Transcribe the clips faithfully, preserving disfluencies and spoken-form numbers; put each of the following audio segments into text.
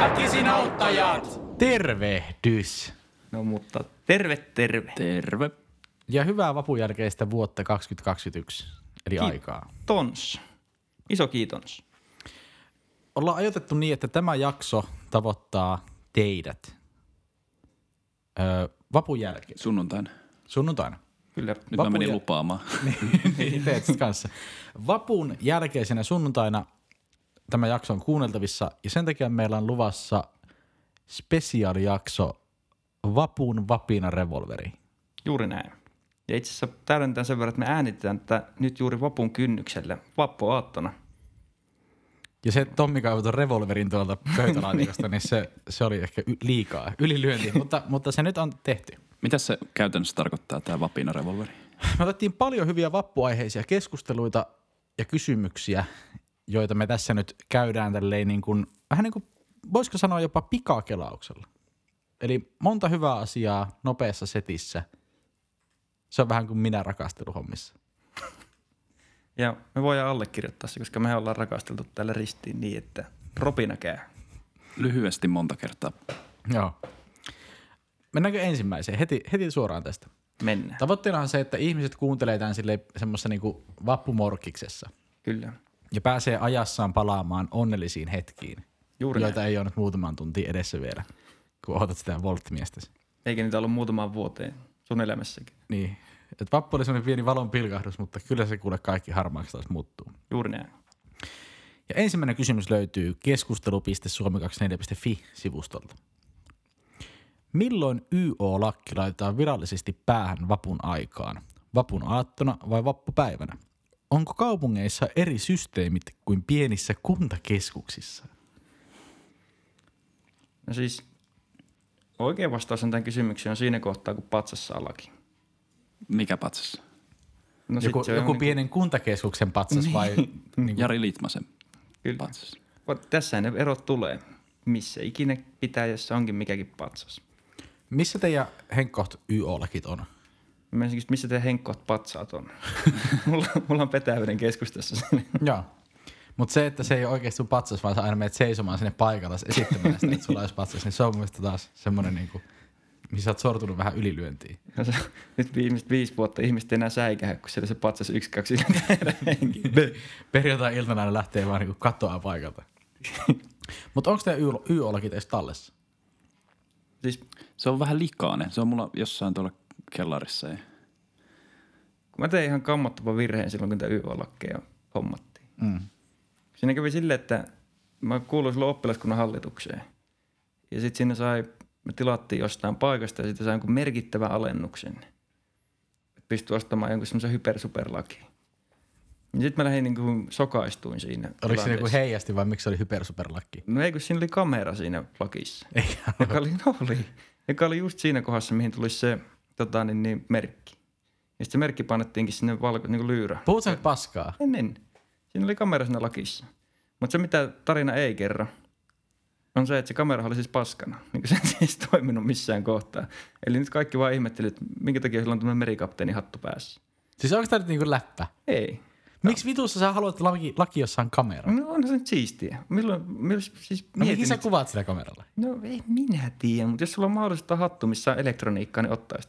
Väkisin auttajat! Tervehdys! No mutta terve, terve. Terve. Ja hyvää vapun jälkeistä vuotta kaksituhattakaksikymmentäyksi, eli Kiitos. aikaa. Tons. Iso kiitos. Ollaan ajoitettu niin, että tämä jakso tavoittaa teidät öö, vapun jälkeen. Sunnuntaina. Sunnuntaina. Kyllä. Nyt mä menin lupaamaan. Niin teet sit kanssa. Vapun jälkeisenä sunnuntaina tämä jakso on kuunneltavissa ja sen takia meillä on luvassa spesiaalijakso Vapun vapina revolveri. Juuri näin. Ja itse asiassa täydentään sen verran, että me äänitetään tätä nyt juuri vapun kynnyksellä vappuaattona. Ja se Tommi kaivoi tuon revolverin tuolta pöytälaatikosta, niin se, se oli ehkä y- liikaa, ylilyönti, mutta, mutta se nyt on tehty. Mitä se käytännössä tarkoittaa, tämä vapina revolveri? Me otettiin paljon hyviä vappuaiheisia keskusteluita ja kysymyksiä, joita me tässä nyt käydään tälleen niin kuin, vähän niin kuin, voisiko sanoa jopa pikakelauksella. Eli monta hyvää asiaa nopeassa setissä. Se on vähän kuin minä rakasteluhommissa. Ja me voidaan allekirjoittaa se, koska me ollaan rakasteltu täällä ristiin niin, että ropina käy. Lyhyesti monta kertaa. Joo. Mennäänkö ensimmäiseen? Heti, heti suoraan tästä. Mennään. Tavoitteena on se, että ihmiset kuuntelee tämän semmoisessa niinku vappumorkiksessa. Kyllä. Ja pääsee ajassaan palaamaan onnellisiin hetkiin, Juuri joita näin. ei ole nyt muutaman tuntia edessä vielä, kun odotat sitä volttimiestäsi. Eikä niitä ollut muutamaan vuoteen sun elämässäkin. Niin. Et vappu oli semmoinen pieni valon pilkahdus, mutta kyllä se kuule kaikki harmaaksi taas muuttuu. Juuri näin. Ja ensimmäinen kysymys löytyy keskustelu piste suomi kaksikymmentäneljä piste fi-sivustolta. Milloin Y O-lakki laitetaan virallisesti päähän vapun aikaan? Vapun aattona vai vappupäivänä? Onko kaupungeissa eri systeemit kuin pienissä kuntakeskuksissa? No siis oikea vastaus on tämän kysymykseen on siinä kohtaa, kun patsas saa laki. Mikä patsas? No sit Joku, se on joku niin pienen kuntakeskuksen patsas vai? Niin Jari Litmasen Kyllä. patsas. kuin, tässä ne erot tulee. Missä ikinä pitäjässä onkin mikäkin patsas. Missä teidän henkkoht Y O-lakit on? Mä ensin, missä teidän henkkoht patsaat on? mulla, mulla on Petäjäveden keskustassa. Joo. Mutta se, että se ei ole oikeasti sun patsas, vaan sä aina menet seisomaan sinne paikalla esittämään sitä, että sulla olisi patsas, niin se on mun mielestä taas semmoinen, niinku, missä sä oot sortunut vähän ylilyöntiin. No se, nyt viimeiset viisi vuotta ihmiset ei enää säikähä, kun siellä se patsas yksi, kaksi henki. Perjantai-iltana ne lähtee vaan niinku katoaa paikalta. Mutta onko teidän Y O-lakit edes tallessa? Siis Se on vähän likainen. Se on mulla jossain tuolla kellarissa. Ja... kun mä tein ihan kammottavan virheen silloin, kun tämä Y O-lakkeja hommattiin. Mm. Siinä kävi silleen, että mä kuuluin silloin oppilaskunnan hallitukseen. Ja sitten siinä sai, me tilattiin jostain paikasta ja sitten sai jonkun merkittävän alennuksen. Pystyi ostamaan jonkun semmoisen hypersuperlakin. Ja sitten mä lähdin niin kuin sokaistuin siinä. Oliko se joku tilanteessa. heijasti vai miksi se oli hypersuperlakki? No ei, kun siinä oli kamera siinä lakissa. Ei Joka oli, no oli. Joka oli just siinä kohdassa, mihin tuli se tota, niin, niin, merkki. Ja sitten se merkki painettiinkin sinne valko, niin kuin lyyrä. Puhut sä nyt paskaa? Ennen. Siinä oli kamera siinä lakissa. Mutta se, mitä tarina ei kerro, on se, että se kamera oli siis paskana. Niin se ei siis toiminut missään kohtaa. Eli nyt kaikki vaan ihmettelivät, että minkä takia sillä on tämmöinen merikapteeni hattu päässä. Siis onko tää nyt niinku läppä? Ei. Miksi vitussa sä haluat laki, laki jossain kamera? No on se nyt siistiä. Milloin, milloin siis No mietin, mihin sä että- kuvaat sitä kameralla? No ei minä tiedä, mutta jos sulla on mahdollista hattu, missä on elektroniikkaa, niin ottaisit.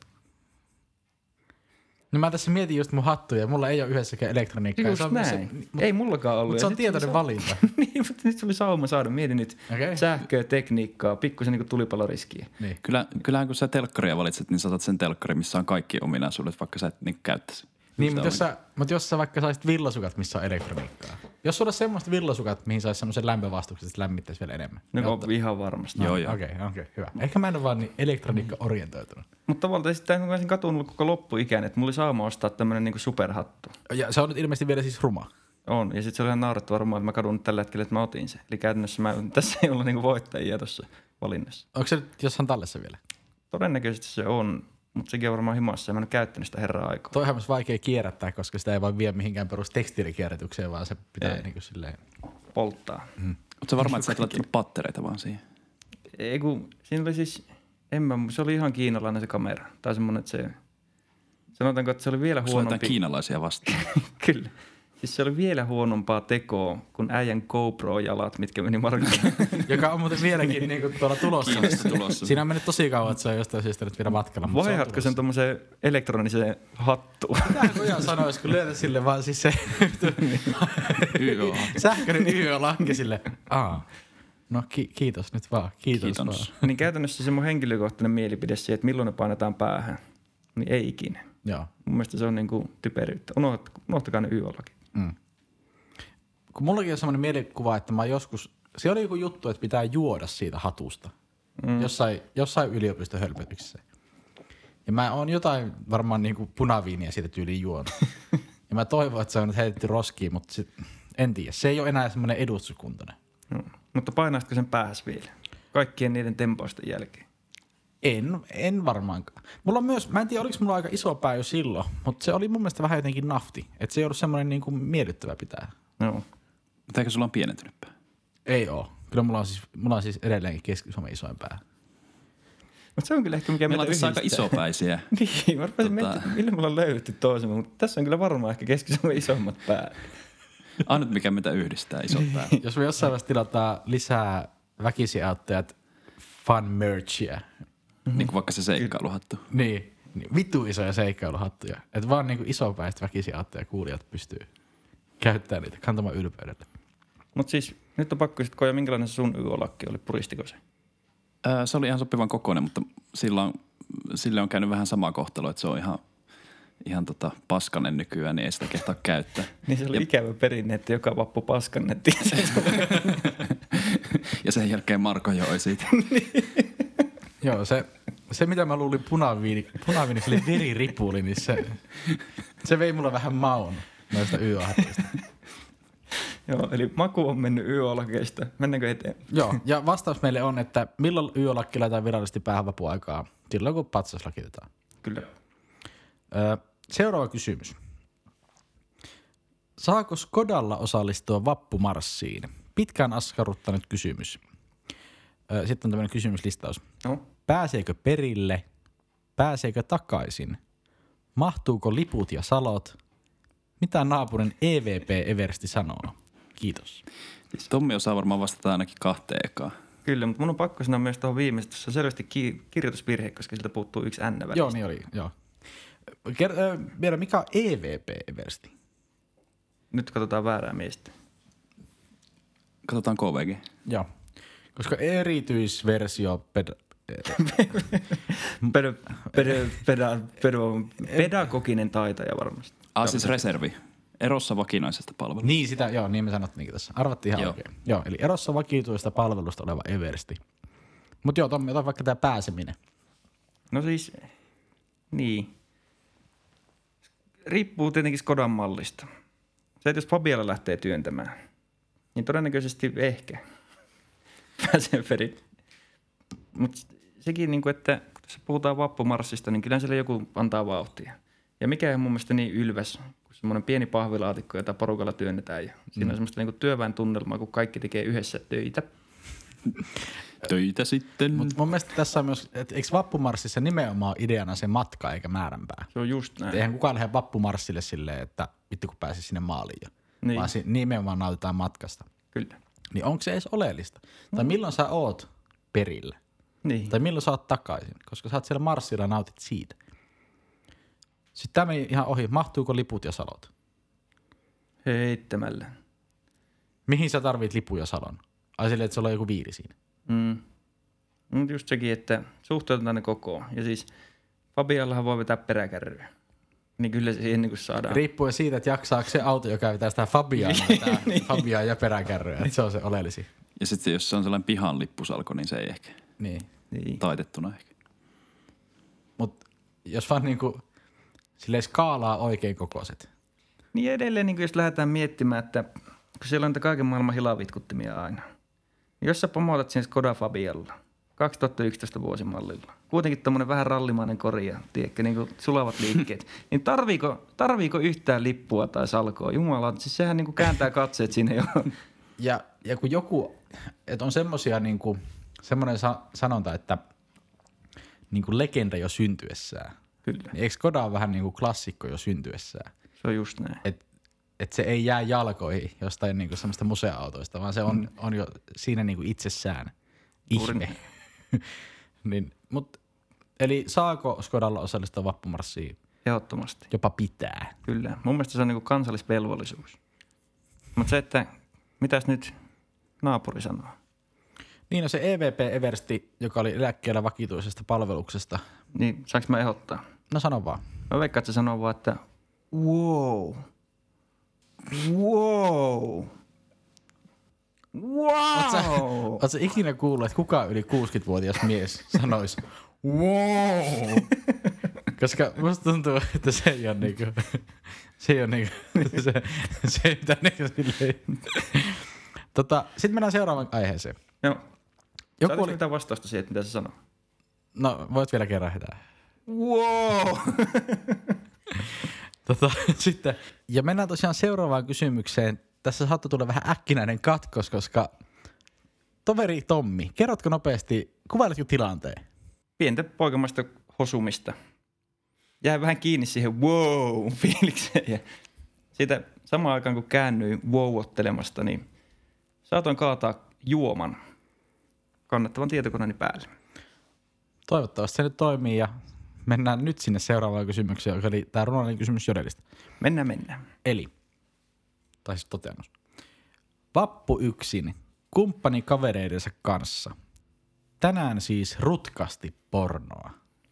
No mä tässä mietin just mun hattuja ja mulla ei ole yhdessäkään elektroniikkaa. Just Se on- näin. se- mut- ei mullakaan ollut. Mutta Ja se on sit tietoinen sa- valinta. niin, mutta nyt se oli sauma saada. Mietin nyt Okei. sähköä, tekniikkaa, pikkusen niin kuin tulipaloriskiä. Niin. Kyllä, kyllähän kun sä telkkaria valitset, niin sä otat sen telkkari, missä on kaikki ominaisuudet, vaikka sä et niin käyttäisi. Niin, Sitä mutta jos, sä, mut jos sä vaikka saisit villasukat, missä on elektroniikkaa. Jos sulla olisi semmoista villasukat, mihin saisi semmoisen lämpövastuksen, että lämmittäisi vielä enemmän. No niin on ihan varmasti. Joo, joo. Okei, okay, okei, okay, hyvä. Ehkä mä en ole vaan niin elektroniikka-orientoitunut. Mutta tavallaan sitten mä olisin katunut koko loppuikään, että mulla oli saama ostaa tämmöinen niin superhattu. Ja se on nyt ilmeisesti vielä siis ruma. On, ja sitten se oli ihan naurettava varmaan, että mä kadun nyt tällä hetkellä, että mä otin sen. Eli käytännössä mä, tässä ei ollut niin kuin voittajia tuossa valinnassa. Onko se nyt jossain tallessa vielä? Todennäköisesti se on, mutta sekin on varmaan himassa ja mä en ole käyttänyt sitä herraa aikaa. Toihan myös vaikea kierrättää, koska sitä ei voi vie mihinkään perus tekstiilikierrätykseen, vaan se pitää niin kuin silleen... Polttaa. Oletko sä varma, että sä et laittanut pattereita vaan siihen? Ei kun, siinä oli siis, en mä, se oli ihan kiinalainen se kamera. Tai semmoinen, että se, sanotaanko, että se oli vielä Onko sulla jotain huonompi. kiinalaisia vastaan? Kyllä. Siis se oli vielä huonompaa tekoa kuin äijän GoPro-jalat, mitkä meni markkinoille. Joka on muuten vieläkin niinku tuolla tulossa. Kiinasta tulossa. Siinä on mennyt tosi kauan, että se on jostain syystä nyt vielä matkalla. mutta se on Vaihatko sen tulossa. tommoseen elektroniseen hattuun? Mitä kujaa sanois, kun lyötä sille vaan siis se Y O. sähköinen Y O-lanki sille. Aa, no ki- kiitos nyt vaan. Kiitos, Kiitos. vaan. Niin käytännössä se mun henkilökohtainen mielipide siihen, että milloin ne painetaan päähän, niin ei ikinä. Joo. Mun mielestä se on niinku typeryyttä. Unoht- Unohtakaa ne Y O-laki. Mm. Kun mullakin on semmoinen mielikuva, että mä joskus, se oli joku juttu, että pitää juoda siitä hatusta. Mm. Jossain, jossain yliopiston hölpötyksessä. Ja mä oon jotain varmaan niinku punaviiniä siitä tyyliin juonut. Ja mä toivon, että se on nyt heitetty roskiin, mutta sit, en tiedä. Se ei ole enää semmoinen edustuskuntainen. No. Mutta painaisitko sen päähäs vielä? Kaikkien niiden tempausten jälkeen. En, en varmaankaan. Mulla on myös, mä en tiedä oliko mulla aika iso pää jo silloin, mutta se oli mun mielestä vähän jotenkin nafti. Että se ei ollut semmoinen niinku miellyttävä pitää. No. Mutta eikö sulla on pienentynyt pää? Ei oo. Kyllä mulla on siis, mulla on siis edelleenkin Keski-Suomen isoin pää. Mutta se on kyllä ehkä mikä Meillä on meitä tässä aika yhdistää. isopäisiä. Niin, mä rupesin Tota- miettimään, millä mulla on löydetty toisemme, mutta tässä on kyllä varmaan ehkä Keski-Suomen isommat päät. Ainut mikä meitä yhdistää, isot pää. Jos me jossain vaiheessa tilataan lisää väkisiauttajat fun merchia, Niin kuin vaikka se seikkailuhattu. niin, niin vittu isoja seikkailuhattuja. Että vaan niinku isopäiset väkisiauttajat kuulijat pystyy käyttämään niitä kantamaan ylpeydellä. Mutta siis nyt on pakko sitten koja, minkälainen se sun Y O-lakki oli, puristiko se? Öö, se oli ihan sopivan kokoinen, mutta silloin, sille on käynyt vähän sama kohtalo, että se on ihan, ihan tota paskanen nykyään, niin ei sitä kehtaa käyttää. Niin se oli Ja- ikävä perinne, että joka vappu paskannettiin. Ja sen jälkeen Marko joi siitä. Joo, se, se mitä mä luulin punaviini, punaviini se oli veriripuli, niin se, se vei mulla vähän maun noista Y O-hatuista. Joo, eli maku on mennyt Y O-lakeista. Mennäänkö eteenpäin? Joo, ja vastaus meille on, että milloin Y O-lakki laitetaan virallisesti päähän vapuaikaa? Silloin, kun patsas lakitetaan. Kyllä. Öö, seuraava kysymys. Saako Skodalla osallistua vappumarssiin? Pitkään askarruttanut kysymys. Öö, sitten on tämmöinen kysymyslistaus. No, Pääseekö perille? Pääseekö takaisin? Mahtuuko liput ja salot? Mitä naapurin E V P Eversti sanoo? Kiitos. Tommi osaa varmaan vastata ainakin kahteen ekaan. kyllä, mutta mun on pakko sanoa myös tuohon viimeistä. Se on selvästi ki- kirjoitusvirhe, koska siltä puuttuu yksi N välistä. Joo, niin oli. Joo. Ker- öö, vielä, mikä on E V P Eversti? Nyt katsotaan väärää miestä. Katsotaan K V G. Joo. Koska erityisversio ped- Pedo, pedo, pedo, pedo, pedagoginen taitaja varmasti. Ah, siis reservi. Erossa vakinaisesta palvelusta. Niin sitä, joo, niin me sanottiinkin tässä. Arvattiin ihan Joo. oikein. Joo, eli erossa vakituista palvelusta oleva Eversti. Mutta joo, Tommi, ota vaikka tämä pääseminen. No siis, niin. Riippuu tietenkin Skodan mallista. Se, että jos Fabialla lähtee työntämään, niin todennäköisesti ehkä pääsee perin. Mutta sekin, niin kuin, että kun tässä puhutaan vappumarssista, niin kyllä siellä joku antaa vauhtia. Ja mikä ei mun mielestä niin ylväs, kuin semmoinen pieni pahvilaatikko, jota porukalla työnnetään. Ja siinä mm. on semmoista niin kuin työväen tunnelmaa, kun kaikki tekee yhdessä töitä. Töitä sitten. Mutta mun mielestä tässä on myös, että eikö vappumarssissa nimenomaan ideana se matka eikä määränpää? Se on just näin. Eihän kukaan lähde vappumarssille silleen, että vittu kun pääsisi sinne maaliin jo. Niin. Vaan si- nimenomaan nautitaan matkasta. Kyllä. Niin onko se edes oleellista? Tai milloin sä oot perillä? Niin. Tai milloin sä oot takaisin? Koska sä oot siellä marssilla ja nautit siitä. Sitten tämä meni ihan ohi. Mahtuuko liput ja salot? Heittämällä. Mihin sä tarvit lipun ja salon? Ai silleen, että sulla on joku viiri siinä. Mm. Mut just sekin, että suhteutetaan ne kokoon. Ja siis Fabiallahan voi vetää peräkärryä. Niin kyllä se siihen niin kuin saadaan. Riippuen siitä, että jaksaako se auto, joka vetää sitä Fabiaa, vetää Fabiaa ja peräkärryä. Että se on se oleellisin. Ja sitten jos se on sellainen pihan lippusalko, niin se ei ehkä. Niin. Niin. Taitettuna ehkä. Mutta jos vaan niinku silleen skaalaa oikein kokoiset. Niin edelleen, niin jos lähdetään miettimään, että kun siellä on niitä kaiken maailman hilavitkuttimia aina. Niin jos sä pomotat sen Skoda Fabialla, kaksituhattayksitoista vuosimallilla, kuitenkin tommonen vähän rallimainen korja, tiedätkö, niin kuin sulavat liikkeet, niin tarviiko, tarviiko yhtään lippua tai salkoa? Jumala, siis sehän niin kuin kääntää katseet sinne jo. Ja, ja kun joku, että on semmosia niinku, semmoinen sa- sanonta, että niinku legenda jo syntyessään. Kyllä, Niin eikö Skoda ole vähän niinku klassikko jo syntyessään? se on just näin. Et, että se ei jää jalkoihin jostain niinku semmoista musea-autoista, vaan se on, mm. on jo siinä niinku itsessään ihme. niin, mut, eli saako Skodalla osallistua vappumarssiin? Ehdottomasti. Jopa pitää. Kyllä. Mun mielestä se on niinku kansallisvelvollisuus. Mutta se, että mitäs nyt naapuri sanoo? Niin, no se E V P Eversti, joka oli eläkkeellä vakituisesta palveluksesta. Niin, saanko mä ehdottaa? No sano vaan. Mä veikkaan, että se sanoo vaan, että wow, wow, wow. Oletko ikinä kuullut, että kukaan yli kuusikymmentävuotias mies sanoisi wow? Koska musta tuntuu, että se ei ole niinku, se ei ole niinku, se, se ei mitään niinku silleen. Tota, sitten mennään seuraavaan aiheeseen. Joo. Joku Saatko oli... mitään vastausta siihen, mitä se sanoo? No, voit vielä kerran hitää. Wow! tota, sitten, ja mennään tosiaan seuraavaan kysymykseen. Tässä saattoi tulla vähän äkkinäinen katkos, koska toveri Tommi, kerrotko nopeasti, kuvailetko tilanteen? Pientä poikamaista hosumista. Jäin vähän kiinni siihen wow-fiilikseen ja siitä samaan aikaan kun käännyin wow-ottelemasta, niin saatoin kaataa juoman kannettavan tietokoneeni päälle. Toivottavasti se nyt toimii ja mennään nyt sinne seuraavaan kysymykseen, joka oli tämä runollinen kysymys Jodelista. Mennään, mennään. Eli, tai siis toteannus. Vappu yksin, kumppani kavereidensa kanssa. Tänään siis rutkasti pornoa.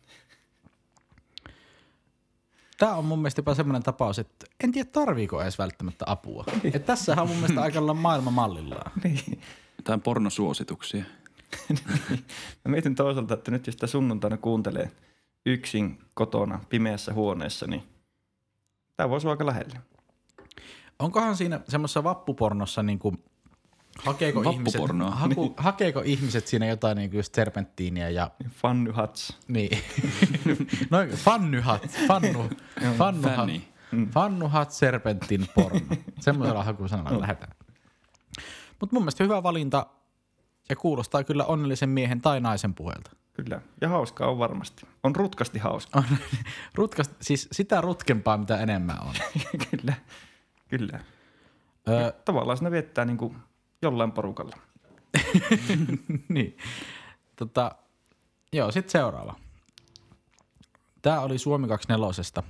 Tämä on mun mielestä jopa semmoinen tapaus, että en tiedä tarviiko edes välttämättä apua. Että tässähän on mun mielestä aika lailla maailma mallillaan. Niin. Jotain pornosuosituksia. Mä mietin toisaalta, että nyt jos sitä sunnuntaina kuuntelee yksin kotona pimeässä huoneessa, niin tämä voisi olla aika lähellä. Onkohan siinä semmoisessa vappupornossa niinku, hakeeko ihmiset, haku, hakeeko ihmiset siinä jotain niinku just serpenttiiniä ja... Fanny Hats. Niin. no Fanny Hats. Fannu. Fannu Hats. Fannu Hats serpentin porno. Semmoisella hakusanalla lähdetään. Mutta mun mielestä hyvä valinta ja kuulostaa kyllä onnellisen miehen tai naisen puheelta. Kyllä. Ja hauskaa on varmasti. On rutkasti hauskaa. On, rutkasti, siis sitä rutkempaa, mitä enemmän on. Kyllä. Kyllä. Öö, tavallaan siinä viettää niin kuin jollain porukalla. niin. Tota, joo, sitten seuraava. Tää oli Suomi kaksikymmentäneljä.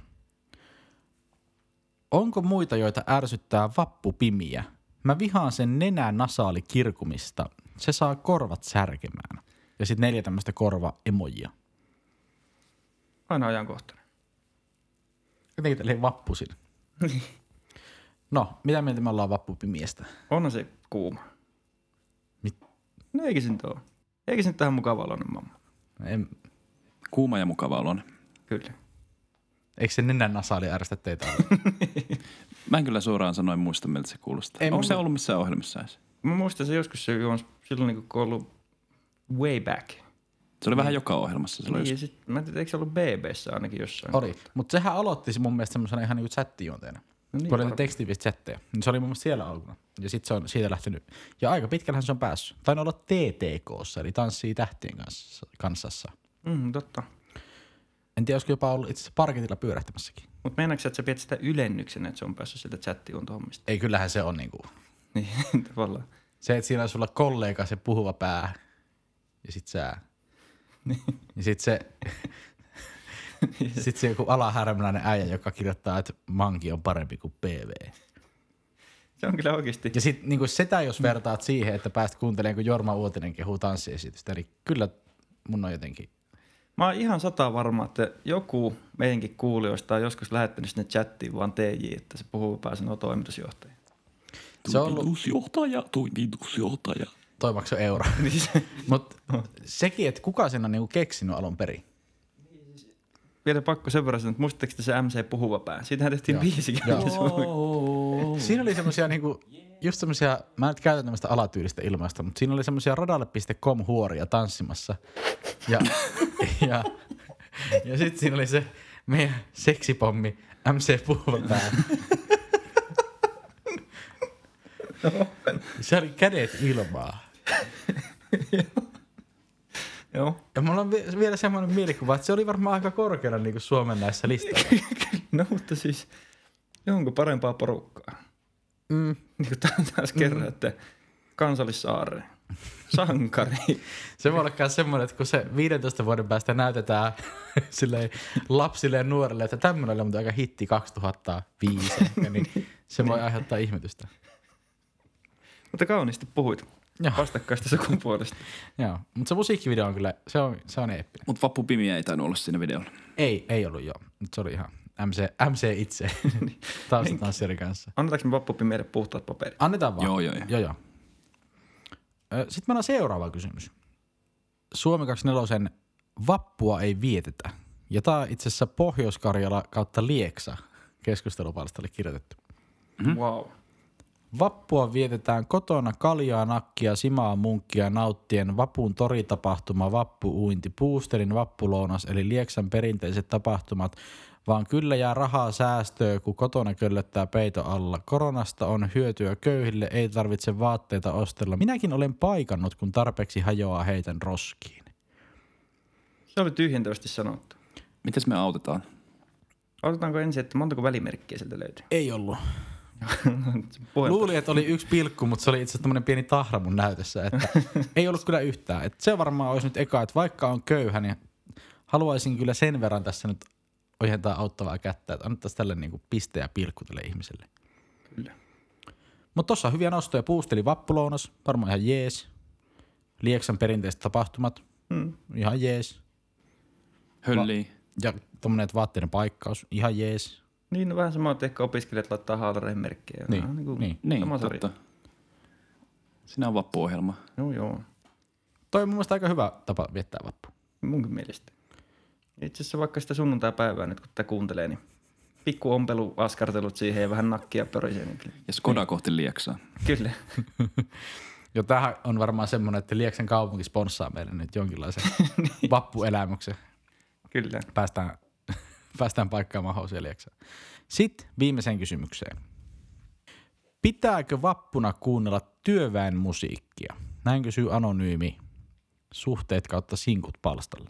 Onko muita, joita ärsyttää vappupimiä? Mä vihaan sen nenän nasaali kirkumista. Se saa korvat särkemään. Ja sitten neljä tämmöistä korva-emojia. Aina ajankohtainen. Jotenkin tälleen vappusin. No, mitä mieltä me ollaan vappupimiestä? Onhan se kuuma. Mit? No eikä se nyt ole. Eikä se nyt tähän mukava oloinen mamma. En... Kuuma ja mukava oloinen. Kyllä. Eikö se nenän nasaali ärsytä teitä? Mä en kyllä suoraan sanoen muista, miltä se kuulostaa. Onko se ollut missään ohjelmissa edes? Mä muistan se joskus se on silloin kun ollut way back. Se oli vähän joka ohjelmassa. Niin, ja sit, mä en tiedä, eikö se ollut B B:ssä ainakin jossain. Oli, mutta sehän aloitti mun mielestä semmoisena ihan niinku chattijuonteena. No niin, kun oli tekstiivistä chatteja. Niin se oli mun mielestä siellä alkuna. Ja sitten se on siitä lähtenyt. Ja aika pitkällähän se on päässyt. Tainnut olla T T K:ssa, eli Tanssii tähtien kanssa, kanssassa. Mm, totta. En tiedä, olisiko jopa ollut itse asiassa parketilla pyörähtämässäkin. Mutta meinaatko että sä pidät sitä ylennyksenä, että se on päässyt sieltä chattijuontohommista? Ei, kyllähän se on niinku. Niin, tavallaan. Se, että siinä on sulla kollega se puhuva pää. Ja sit sä. Ja sit se... Sitten se joku alahärmäläinen äijä, joka kirjoittaa, että manki on parempi kuin P V. Se on kyllä oikeasti. Ja sitten niin sitä, jos vertaat siihen, että pääst kuuntelemaan, kun Jorma Uotinen kehuu tanssiesitystä, niin kyllä mun on jotenkin... Mä oon ihan sata varma, että joku meidänkin kuulijoista on joskus lähettänyt sinne chattiin vaan T J, että se puhuu pää sanoo toimitusjohtaja. Se on ollut... Toimitusjohtaja, toimitusjohtaja. Toimakso euro. Mutta sekin, että kuka sen on niinku keksinyt alun perin? Vielä pakko sen verran sanoa, että muistatteko te se M C Puhuva pää? Siitähän tehtiin biisikin. Siinä oli semmosia niinku, just semmosia, mä nyt käytän tämmöistä alatyylistä ilmaista, mutta siinä oli semmosia radalle piste com huoria tanssimassa. Ja, ja, ja sit siinä oli se meidän seksipommi M C Puhuva pää. Se oli kädet ilmaa. Joo. Ja mulla on vielä semmoinen mielikuva, että se oli varmaan aika korkealla niin kuin Suomen näissä listoilla. No mutta siis, onko parempaa porukkaa? Mm. Niin kuin taas kerran, mm. että kansallissaare, sankari. Se voi olla myös semmoinen, että kun se viidentoista vuoden päästä näytetään silleen lapsille ja nuorille, että tämmöinen oli mutta aika hitti kaksituhattaviisi ehkä, niin se voi aiheuttaa ihmetystä. Mutta kauniisti puhuit Joo. vastakkaista sukupuolesta. Joo, mutta se musiikkivideo on kyllä, se on, se on eeppinen. Mutta Vappu Pimiä ei tainnut olla siinä videolla. Ei, ei ollut joo. Nyt se oli ihan M C, M C itse taustatanssijari kanssa. Annetaanko me vappupimielle puhtaat paperit? Annetaan vaan. Joo, joo, joo. joo, joo. Sitten meillä on seuraava kysymys. Suomi kaksikymmentäneljä vappua ei vietetä. Ja tämä on itse asiassa Pohjois-Karjala kautta Lieksa keskustelupalstalle kirjoitettu. Mm-hmm. Wow. Vappua vietetään kotona kaljaa, nakkia, simaa, munkkia nauttien vapun toritapahtuma, vappu-uinti, puusterin vappulounas eli Lieksan perinteiset tapahtumat, vaan kyllä jää rahaa säästöä, kun kotona köllöttää peito alla. Koronasta on hyötyä köyhille, ei tarvitse vaatteita ostella. Minäkin olen paikannut, kun tarpeeksi hajoaa heitän roskiin. Se oli tyhjentävästi sanottu. Mites me autetaan? Autetaanko ensin, että montako välimerkkiä sieltä löytyy? Ei ollut. Luulin, että oli yksi pilkku, mutta se oli itse asiassa tämmöinen pieni tahra mun näytössä, että ei ollut kyllä yhtään. Että se varmaan olisi nyt eka, että vaikka on köyhä, niin haluaisin kyllä sen verran tässä nyt ojentaa auttavaa kättä, että annettaisiin tälle niin kuin piste ja pilkku tälle ihmiselle. Kyllä. Mutta tossa on hyviä nostoja. Puusteli vappulounas, varmaan ihan jees. Lieksan perinteiset tapahtumat, Hmm. ihan jees. Hölliä. Ja tommonen vaatteiden paikkaus, ihan jees. Niin, no vähän samaa, että ehkä opiskelijat laittaa haalareiden merkkejä. Niin, Vähän niin, kuin niin. Niin, sama totta. sarja. Siinä on vappuohjelma. Joo, joo. Toi on mun mielestä aika hyvä tapa viettää vappu. Munkin mielestä. Itse asiassa vaikka sitä sunnuntai-päivää nyt, kun tätä kuuntelee, niin pikku ompelu, askartelut siihen ja vähän nakkia pörisee. Niin kyllä. Ja Skoda kohti Lieksaa. Kyllä. Jo tämähän on varmaan semmoinen, että Lieksan kaupunki sponssaa meille nyt jonkinlaisen vappuelämyksen. Kyllä. Päästään, päästään paikkaamaan housuja Lieksaan. Sitten viimeiseen kysymykseen. Pitääkö vappuna kuunnella työväenmusiikkia? Näin kysyy anonyymi suhteet kautta sinkut palstalla.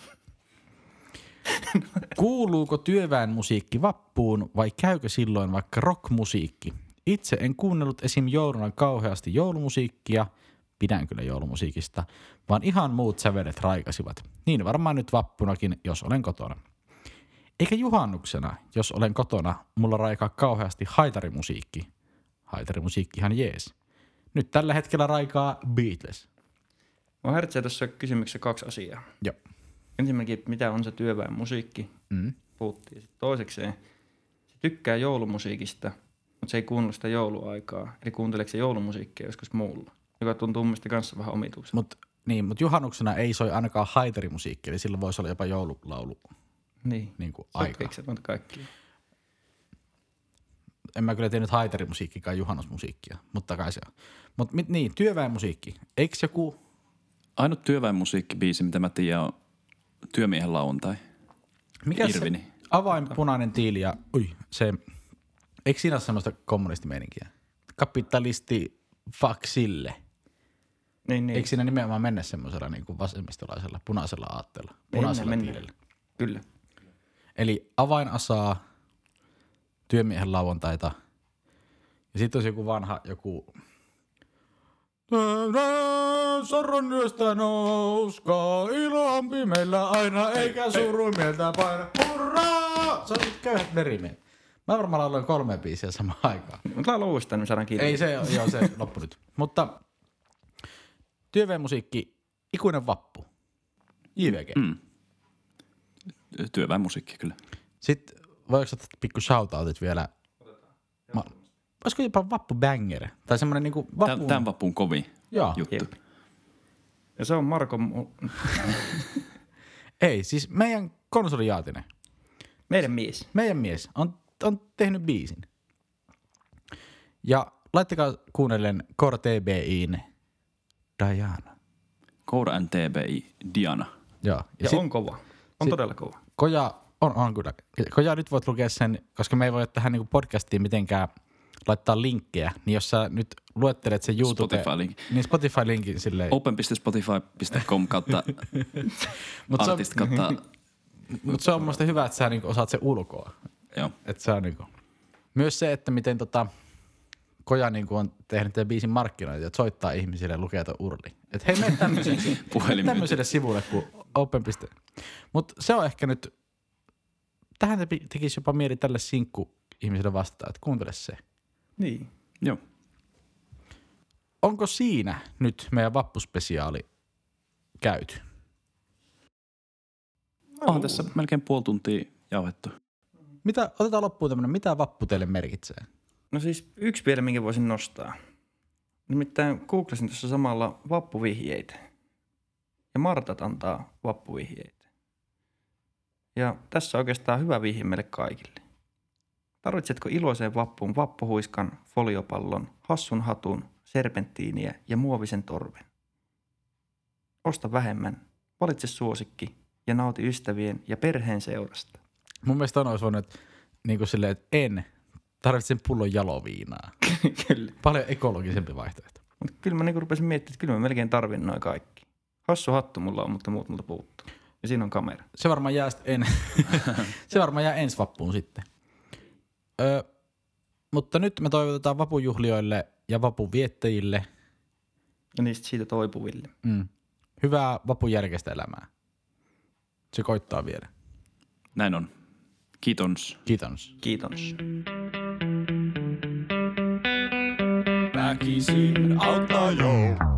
Kuuluuko työväenmusiikki vappuun vai käykö silloin vaikka rockmusiikki? Itse en kuunnellut esim. Jouluna kauheasti joulumusiikkia, pidän kyllä joulumusiikista, vaan ihan muut sävelet raikasivat. Niin varmaan nyt vappunakin, jos olen kotona. Eikä juhannuksena, jos olen kotona, mulla raikaa kauheasti haitarimusiikki. Haitarimusiikkihan jees. Nyt tällä hetkellä raikaa Beatles. Mä häiritsee tuossa kysymyksessä kaksi asiaa. Joo. Ensinnäkin, mitä on se työväenmusiikki? Mm. Puhuttiin. Sitten toisekseen, se tykkää joulumusiikista, mutta se ei kuunnella sitä jouluaikaa. Eli kuunteleeko se joulumusiikkia joskus muulla, joka tuntuu mun mielestä kanssa vähän omituiselta. Mutta niin, mut juhannuksena ei soi ainakaan haitarimusiikki, eli silloin voisi olla jopa joululaulu Niin, niin kuin aika. sopiiko se noita kaikkia? En mä kyllä tiennyt haitarimusiikkikaan juhannusmusiikkia, mutta kai se on. Mutta niin, työväenmusiikki. Eikö joku... Ainut työväenmusiikkibiisi, mitä mä tiedän, on Työmiehen lauantai. Mikä Irvini. se avain punainen tiili ja... Ui, se... Eikö siinä ole semmoista kommunistimeininkiä? Kapitalisti fuck sille. Niin, niin. Eikö siinä nimenomaan mennä semmoisella niin kuin vasemmistolaisella punaisella aatteella? Punaisella Mennään, tiilillä. Kyllä. Eli avainasaa, työmiehen lauantaita ja sitten olisi joku vanha joku... Sorronnyöstä nouskaa, ilompi meillä aina, eikä suru mieltä paina. Hurraa! Se on köyhät merimiehet. Mä varmaan lauloin kolme biisiä samaan aikaan. Mutta lailla uudestaan, niin saadaan kiinni. Ei se, joo, se loppu nyt. Mutta työväenmusiikki, ikuinen vappu. J V G. Mm. Työväenmusiikki kyllä. Sitten voiko ottaa pikku shoutoutit vielä? Ma, olisiko jopa vappu banger? Tai semmoinen niinku vappu... Tämän vappuun kovin Joo. juttu. Jep. Ja se on Marko, Ei, siis meidän konsoli Jaatinen, meidän mies. meidän mies, on, on tehnyt biisin. Ja laittakaa kuunnellen Core T B I:n Diana. Core N T B I Diana. Joo. Ja sit on kova. On sit- todella kova. Koja, on, on kyllä. Koja nyt voit lukea sen, koska me ei voi tähän niinku podcastiin mitenkään laittaa linkkejä, niin jos sä nyt luettelet sen YouTube... Spotify-linkin. Niin Spotify-linkin silleen. open piste spotify piste com kautta Mut se on- artist kautta... Mutta se on musta hyvä, että sä niinku osaat sen ulkoa. Joo. Että se on niinku. Myös se, että miten tota, Koja niin kuin on tehnyt tämän biisin markkinointia, että soittaa ihmisille ja lukee tuon urli. Että hei, mene tämmöiselle, tämmöiselle sivulle kuin open. Mutta se on ehkä nyt, tähän tekisi jopa mieli tälle sinkku ihmisille vastata, että kuuntele se. Niin. Joo. Onko siinä nyt meidän vappuspesiaali käyty? Onhan tässä melkein puoli tuntia jauhettu. Mitä, otetaan loppuun tämmöinen, mitä vappu teille merkitsee? No siis yksi vielä, minkä voisin nostaa. Nimittäin googlasin tuossa samalla vappuvihjeitä. Ja Martat antaa vappuvihjeitä. Ja tässä on oikeastaan hyvä vihje meille kaikille. Tarvitsetko iloiseen vappuun vappuhuiskan, foliopallon, hassun hatun, serpenttiiniä ja muovisen torven? Osta vähemmän, valitse suosikki ja nauti ystävien ja perheen seurasta. Mun mielestä on olisi voinut, että, niin kuin silleen, että en tarvitsen pullon jaloviinaa. Kyllä. Paljon ekologisempi vaihtoehto. Mutta kyllä mä niinku rupesin miettimään, että kyllä mä melkein tarvin noin kaikki. Hassu hattu mulla on, mutta muut multa puuttuu. Ja siinä on kamera. Se varmaan jää en. Se varmaan jää ensi vappuun sitten. Ö, mutta nyt me toivotetaan vapujuhlioille ja vapun viettäjille Ja niistä siitä toipuville. mm, hyvää vapun järkeistä elämää. Se koittaa vielä. Näin on. Kiitos. Kiitos. Kiitos. Väkisin auttaa jo.